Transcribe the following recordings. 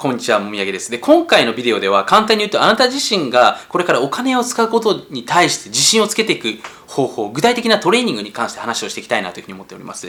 こんにちは、もみあげです。で、今回のビデオでは簡単に言うと、あなた自身がこれからお金を使うことに対して自信をつけていく方法、具体的なトレーニングに関して話をしていきたいなというふうに思っております。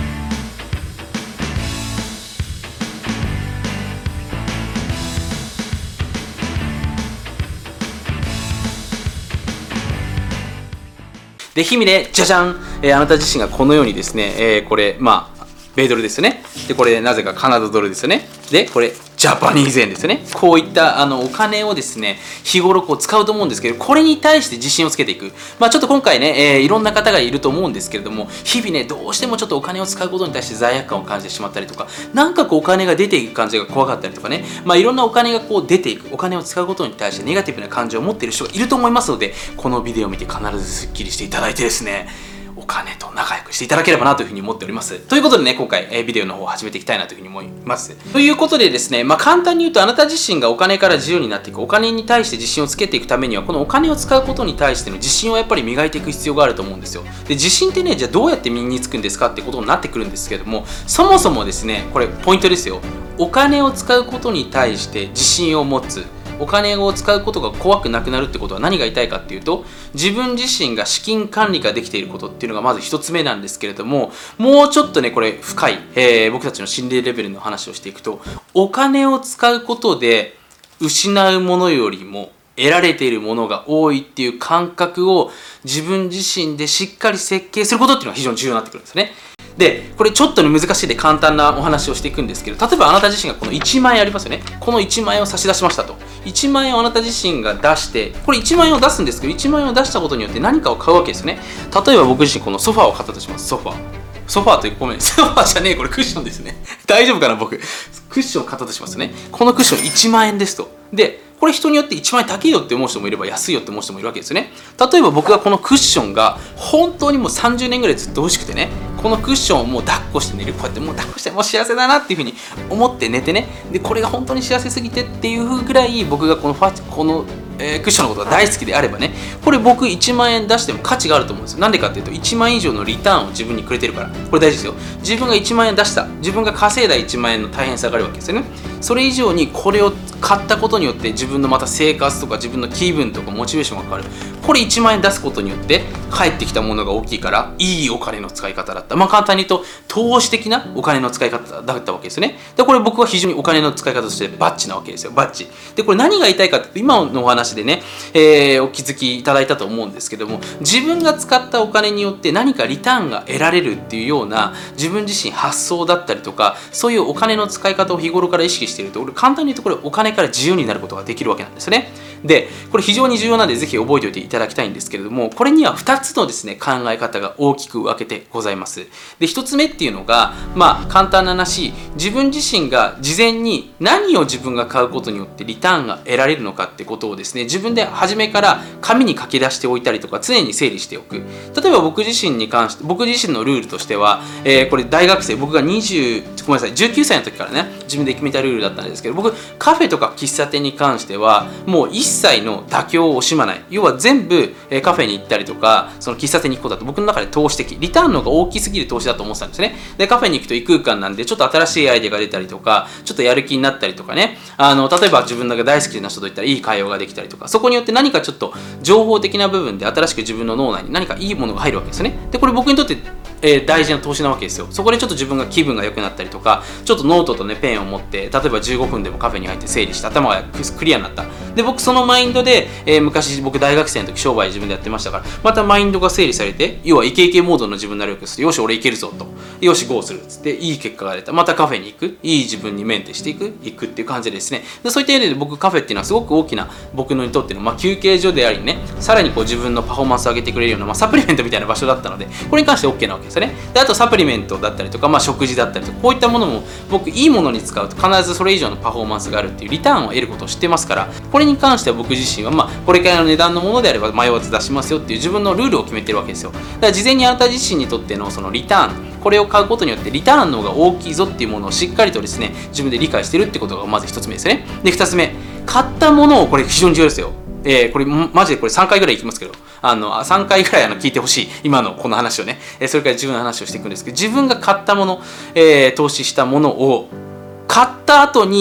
で、日々ね、じゃじゃん、あなた自身がこのようにですね、これ、米ドルですよね。で、これなぜかカナダドルですよね。で、これジャパニーズ円ですよね。こういったお金をですね、日頃使うと思うんですけど、これに対して自信をつけていく。ちょっと今回ね、いろんな方がいると思うんですけれども、日々ね、どうしてもちょっとお金を使うことに対して罪悪感を感じてしまったりとか、なんかお金が出ていく感じが怖かったりとかね、いろんなお金が出ていく、お金を使うことに対してネガティブな感情を持っている人がいると思いますので、このビデオを見て必ずスッキリしていただいてですね、お金と仲良くしていただければなというふうに思っております。ということでね、今回ビデオの方を始めていきたいなというふうに思います。ということでですね、簡単に言うとあなた自身がお金から自由になっていく、お金に対して自信をつけていくためには、このお金を使うことに対しての自信をやっぱり磨いていく必要があると思うんですよ。で、自信ってね、じゃあどうやって身につくんですかってことになってくるんですけれども、そもそもですね、これポイントですよ。お金を使うことに対して自信を持つ。お金を使うことが怖くなくなるってことは何が言いたいかっていうと、自分自身が資金管理ができていることっていうのがまず一つ目なんですけれども、もうちょっとねこれ深い、僕たちの心理レベルの話をしていくと、お金を使うことで失うものよりも得られているものが多いっていう感覚を自分自身でしっかり設計することっていうのが非常に重要になってくるんですね。で、これちょっと難しいで簡単なお話をしていくんですけど、例えばあなた自身がこの1万円ありますよね。この1万円を差し出しましたと。1万円をあなた自身が出して、これ1万円を出すんですけど、1万円を出したことによって何かを買うわけですよね。例えば僕自身このソファーを買ったとします。ソファーというごめん、ソファーじゃねえ、これクッションですね。大丈夫かな僕。クッションを買ったとしますね。このクッション1万円ですと。で、これ人によって1万円高いよって思う人もいれば安いよって思う人もいるわけですよね。例えば僕がこのクッションが本当にもう30年ぐらいずっと欲しくてね、このクッションをもう抱っこして寝る、こうやってもう抱っこしてもう幸せだなっていうふうに思って寝てね、でこれが本当に幸せすぎてっていうぐらい僕がこのクッションのことが大好きであればね、これ僕1万円出しても価値があると思うんですよ。なんでかっていうと、1万円以上のリターンを自分にくれてるから。これ大事ですよ。自分が1万円出した、自分が稼いだ1万円の大変さがあるわけですよね。それ以上にこれを買ったことによって自分のまた生活とか自分の気分とかモチベーションが変わる。これ1万円出すことによって返ってきたものが大きいから、いいお金の使い方だった。簡単に言うと投資的なお金の使い方だったわけですよね。でこれ僕は非常にお金の使い方としてバッチなわけですよ。バッチで、これ何が言いたいかって今のお話でね、お気づきいただいたと思うんですけども、自分が使ったお金によって何かリターンが得られるっていうような自分自身発想だったりとか、そういうお金の使い方を日頃から意識していると、俺簡単に言うとこれお金から自由になることができるわけなんですよね。でこれ非常に重要なのでぜひ覚えておいていただきたいんですけれども、これには2つのですね考え方が大きく分けてございます。で1つ目っていうのが、簡単な話、自分自身が事前に何を自分が買うことによってリターンが得られるのかってことをですね、自分で初めから紙に書き出しておいたりとか、常に整理しておく。例えば僕自身に関して、僕自身のルールとしては、これ大学生、僕が19歳の時からね自分で決めたルールだったんですけど、僕カフェとか喫茶店に関してはもう一切の妥協を惜しまない。要は全部カフェに行ったりとか、その喫茶店に行くことだと僕の中で投資的、リターンの方が大きすぎる投資だと思ってたんですね。でカフェに行くと異空間なんで、ちょっと新しいアイデアが出たりとか、ちょっとやる気になったりとかね、例えば自分が大好きな人といったらいい会話ができたりとか、そこによって何かちょっと情報的な部分で新しく自分の脳内に何かいいものが入るわけですよね。でこれ僕にとって大事な投資なわけですよ。そこでちょっと自分が気分が良くなったりとか、ちょっとノートとねペンを持って、例えば15分でもカフェに入って整理して頭がクリアになった。で僕そのマインドで、昔僕大学生の時商売自分でやってましたから、またマインドが整理されて、要はイケイケモードの自分になるわけです。よし俺いけるぞと、よしゴーするっつっていい結果が出た。またカフェに行く、いい自分にメンテして行くっていう感じでですね。でそういった意味で僕カフェっていうのはすごく大きな僕にとっての、休憩所でありね、さらに自分のパフォーマンスを上げてくれるような、サプリメントみたいな場所だったので、これに関して OK なわけですよね。であとサプリメントだったりとか、食事だったりとか、こういったものも僕いいものに使うと必ずそれ以上のパフォーマンスがあるっていうリターンを得ることを知ってますから、これに関しては僕自身はこれくらいの値段のものであれば迷わず出しますよっていう自分のルールを決めてるわけですよ。だから事前にあなた自身にとってのそのリターン、これを買うことによってリターンの方が大きいぞっていうものをしっかりとですね自分で理解してるってことがまず1つ目ですね。で2つ目、買ったものを、これ非常に重要ですよ。これマジでこれ3回ぐらいいきますけど、3回ぐらい聞いてほしい今のこの話をね、それから自分の話をしていくんですけど、自分が買ったもの、投資したものを買った後に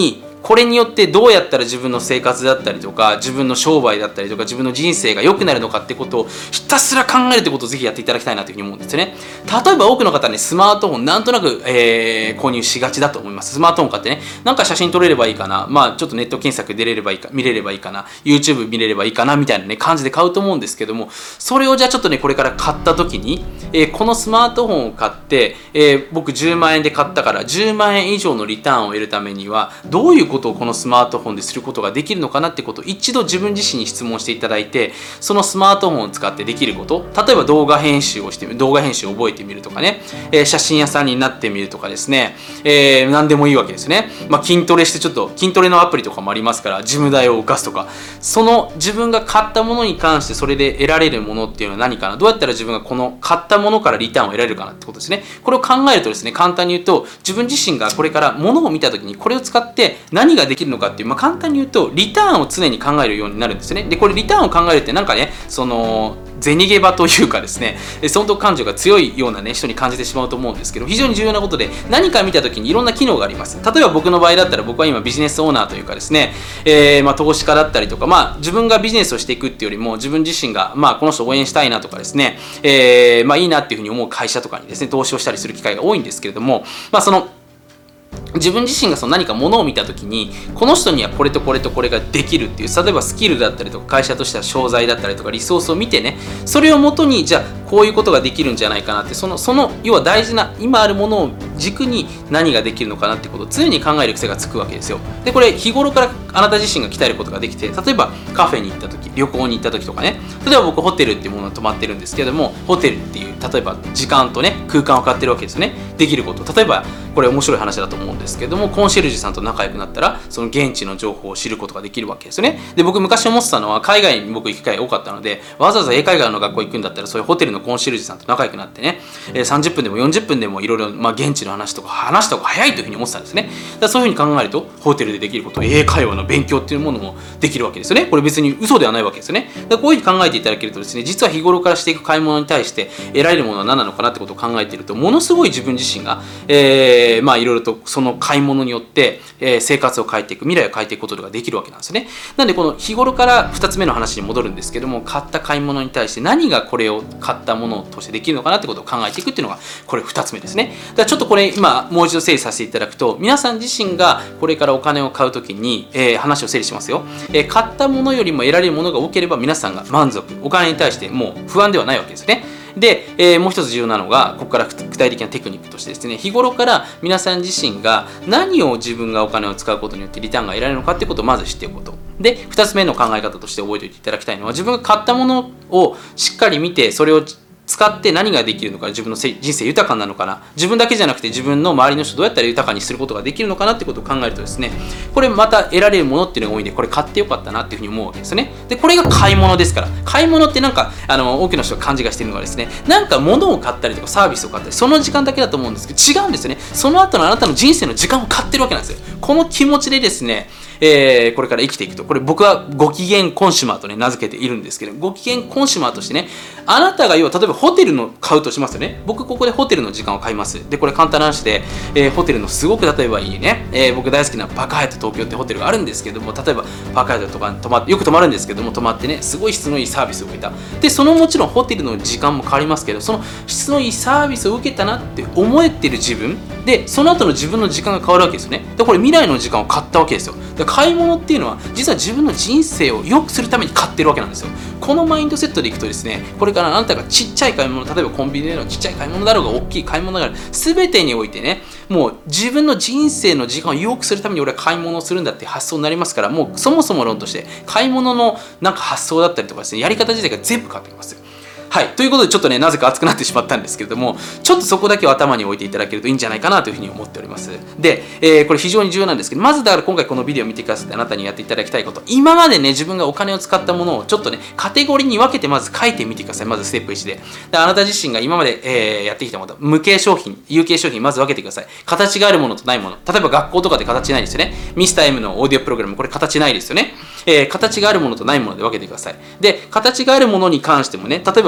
これによってどうやったら自分の生活だったりとか自分の商売だったりとか自分の人生が良くなるのかってことをひたすら考えるってことをぜひやっていただきたいなというふうに思うんですよね。例えば多くの方ねスマートフォンなんとなく、購入しがちだと思います。スマートフォン買ってねなんか写真撮れればいいかな、ちょっとネット検索出れればいいか見れればいいかな YouTube 見れればいいかなみたいなね感じで買うと思うんですけども、それをじゃあちょっとねこれから買った時に、このスマートフォンを買って、僕10万円で買ったから10万円以上のリターンを得るためにはどういうことをこのスマートフォンですることができるのかなってことを一度自分自身に質問していただいて、そのスマートフォンを使ってできること、例えば動画編集を覚えてみるとかね、写真屋さんになってみるとかですね、何でもいいわけですね。筋トレしてちょっと筋トレのアプリとかもありますからジム代を動かすとか、その自分が買ったものに関してそれで得られるものっていうのは何かな、どうやったら自分がこの買ったものからリターンを得られるかなってことですね。これを考えるとですね、簡単に言うと自分自身がこれから物を見た時にこれを使って何ができるのかっていう、簡単に言うとリターンを常に考えるようになるんですよね。でこれリターンを考えるってなんかね銭ゲバというかですね、損得感情が強いようなね人に感じてしまうと思うんですけど、非常に重要なことで、何か見た時にいろんな機能があります。例えば僕の場合だったら、僕は今ビジネスオーナーというかですね、投資家だったりとか、自分がビジネスをしていくっていうよりも自分自身がこの人を応援したいなとかですね、いいなっていうふうに思う会社とかにですね投資をしたりする機会が多いんですけれども、自分自身が何か物を見た時にこの人にはこれとこれとこれができるっていう、例えばスキルだったりとか会社としては商材だったりとかリソースを見てね、それをもとにじゃあこういうことができるんじゃないかなって、その要は大事な今あるものを軸に何ができるのかなってことを常に考える癖がつくわけですよ。でこれ日頃からあなた自身が鍛えることができて、例えばカフェに行った時、旅行に行った時とかね、例えば僕ホテルっていうものに泊まってるんですけども、ホテルっていう例えば時間とね空間を買ってるわけですよね。できること、例えばこれ面白い話だと思うんですけども、コンシェルジュさんと仲良くなったらその現地の情報を知ることができるわけですよね。で僕昔思ってたのは、海外に僕行く機会多かったので、わざわざ英会話の学校行くんだったらそういうホテルのコンシェルジュさんと仲良くなってね、30分でも40分でもいろいろ現地の話とか話した方が早いというふうに思ってたんですね。だからそういうふうに考えるとホテルでできること、英会話の勉強っていうものもできるわけですよね。これ別に嘘ではないわけですよね。だからこういうふうに考えていただけるとですね、実は日頃からしていく買い物に対して得られるものは何なのかなってことを考えていると、ものすごい自分自身が、いろいろとその買い物によって、生活を変えていく、未来を変えていくことができるわけなんですね。なんでこの日頃から2つ目の話に戻るんですけども、買った買い物に対して何がこれを買ったものとしてできるのかなってことを考えていくっていうのがこれ2つ目ですね。だからちょっとこれ今もう一度整理させていただくと、皆さん自身がこれからお金を買うときに、話を整理しますよ。買ったものよりも得られるものが多ければ皆さんが満足、お金に対してもう不安ではないわけですよね。で、もう一つ重要なのが、ここから具体的なテクニックとしてですね、日頃から皆さん自身が何を自分がお金を使うことによってリターンが得られるのかってことをまず知っておくこと。で、2つ目の考え方として覚えておいていただきたいのは、自分が買ったものをしっかり見て、それを使って何ができるのか、自分の人生豊かになるのかな、自分だけじゃなくて自分の周りの人どうやったら豊かにすることができるのかなってことを考えるとですね、これまた得られるものっていうのが多いんで、これ買ってよかったなっていうふうに思うわけですよね。でこれが買い物ですから、買い物ってなんか多くの人が勘違いしているのがですね、なんか物を買ったりとかサービスを買ったり、その時間だけだと思うんですけど、違うんですよね。その後のあなたの人生の時間を買ってるわけなんですよ。この気持ちでですね、これから生きていくと、これ僕はご機嫌コンシュマーとね名付けているんですけど、ご機嫌コンシュマーとしてね、あなたが要は例えばホテルの買うとしますよね。僕ここでホテルの時間を買います。でこれ簡単な話で、ホテルのすごく例えばいいね、僕大好きなパカハヤト東京ってホテルがあるんですけども、例えばパカハヤトとかによく泊まるんですけども、泊まってねすごい質のいいサービスを受けた。でそのもちろんホテルの時間も変わりますけど、その質のいいサービスを受けたなって思えてる自分で、その後の自分の時間が変わるわけですよね。でこれ未来の時間を買ったわけですよ。で買い物っていうのは実は自分の人生を良くするために買ってるわけなんですよ。このマインドセットでいくとですね、これからあなたがちっちゃい買い物、例えばコンビニでのちっちゃい買い物だろうが大きい買い物だろうが、全てにおいてね、もう自分の人生の時間を良くするために俺は買い物をするんだって発想になりますから、もうそもそも論として買い物のなんか発想だったりとかですね、やり方自体が全部変わってきます。はい、ということでちょっとねなぜか熱くなってしまったんですけれども、ちょっとそこだけを頭に置いていただけるといいんじゃないかなというふうに思っております。で、これ非常に重要なんですけど、まずだから今回このビデオを見てくださってあなたにやっていただきたいこと、今までね自分がお金を使ったものをちょっとねカテゴリーに分けてまず書いてみてください。まずステップ1であなた自身が今まで、やってきたもの、無形商品、有形商品まず分けてください。形があるものとないもの、例えば学校とかで形ないですよね。ミスター M のオーディオプログラム、これ形ないですよね。形があるものとないもので分けてください。で形があるものに関してもね、例えば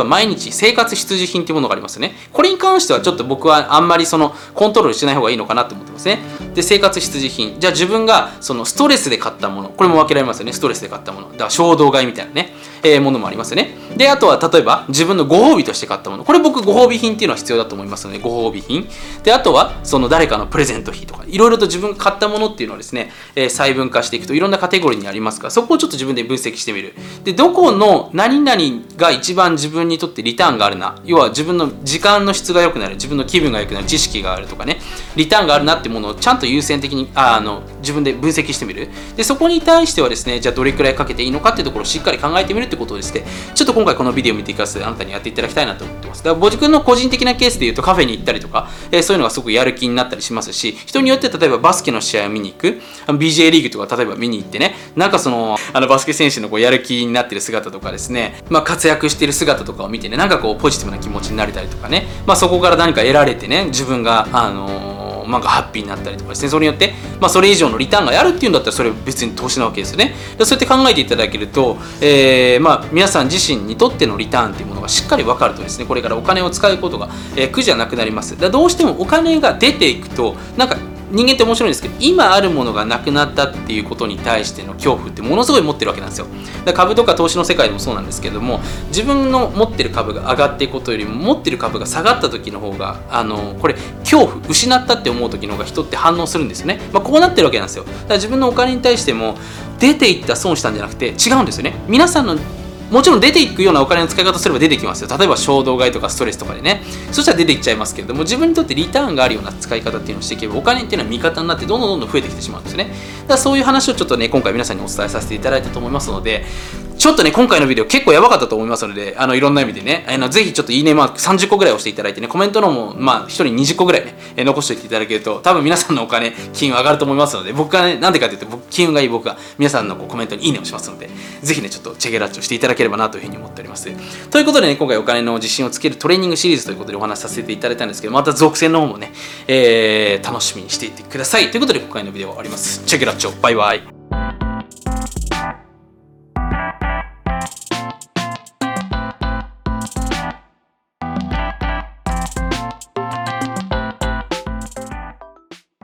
毎日生活必需品っていうものがありますよね。これに関してはちょっと僕はあんまりコントロールしない方がいいのかなと思ってますね。で、生活必需品。じゃあ自分がストレスで買ったもの。これも分けられますよね。ストレスで買ったもの。だから衝動買いみたいなね、ものもありますよね。で、あとは例えば自分のご褒美として買ったもの。これ僕ご褒美品っていうのは必要だと思いますので、ご褒美品。で、あとは誰かのプレゼント費とか、いろいろと自分が買ったものっていうのはですね、細分化していくといろんなカテゴリーにありますから、そこをちょっと自分で分析してみる。で、どこの何々が一番自分にとってリターンがあるな。要は自分の時間の質が良くなる、自分の気分が良くなる、知識があるとかね、リターンがあるなっていうものをちゃんと優先的に自分で分析してみる。で、そこに対してはですね、じゃあどれくらいかけていいのかっていうところをしっかり考えてみるってことをですね、ちょっと今回このビデオを見ていかせてあなたにやっていただきたいなと思ってます。だから僕の個人的なケースで言うとカフェに行ったりとか、そういうのがすごくやる気になったりしますし、人によって例えばバスケの試合を見に行く、BJ リーグとか例えば見に行ってね、なんかバスケ選手のやる気になってる姿とかですね、活躍している姿とかを見てね、なんかポジティブな気持ちになれたりとかね、そこから何か得られてね、自分がなんかハッピーになったりとかですね、それによって、それ以上のリターンがあるっていうんだったらそれは別に投資なわけですよね。そうやって考えていただけると、皆さん自身にとってのリターンっていうものがしっかり分かるとですね、これからお金を使うことが、苦じゃなくなります。どうしてもお金が出ていくと、なんか人間って面白いんですけど、今あるものがなくなったっていうことに対しての恐怖ってものすごい持ってるわけなんですよ。だから株とか投資の世界でもそうなんですけども、自分の持ってる株が上がっていくことよりも持ってる株が下がった時の方がこれ恐怖、失ったって思う時の方が人って反応するんですよね。こうなってるわけなんですよ。だから自分のお金に対しても出ていった損したんじゃなくて違うんですよね。皆さんのもちろん出ていくようなお金の使い方すれば出てきますよ。例えば衝動買いとかストレスとかでね。そしたら出ていっちゃいますけれども、自分にとってリターンがあるような使い方っていうのをしていけば、お金っていうのは味方になってどんどん増えてきてしまうんですね。だからそういう話をちょっとね、今回皆さんにお伝えさせていただいたと思いますので、ちょっとね、今回のビデオ結構やばかったと思いますので、いろんな意味でね、ぜひちょっといいねマーク30個ぐらい押していただいてね、コメントのも、1人20個ぐらいね、残しておいていただけると、多分皆さんのお金、金運上がると思いますので、僕がね、なんでかというと、金運がいい僕が皆さんのコメントにいいねをしますので、ぜひね、ちょっとチェケラッチをしていただければなというふうに思っております。ということでね、今回お金の自信をつけるトレーニングシリーズということでお話しさせていただいたんですけど、また続編の方もね、楽しみにしていてください。ということで、今回のビデオは終わります。チェケラッチョ、バイバイ。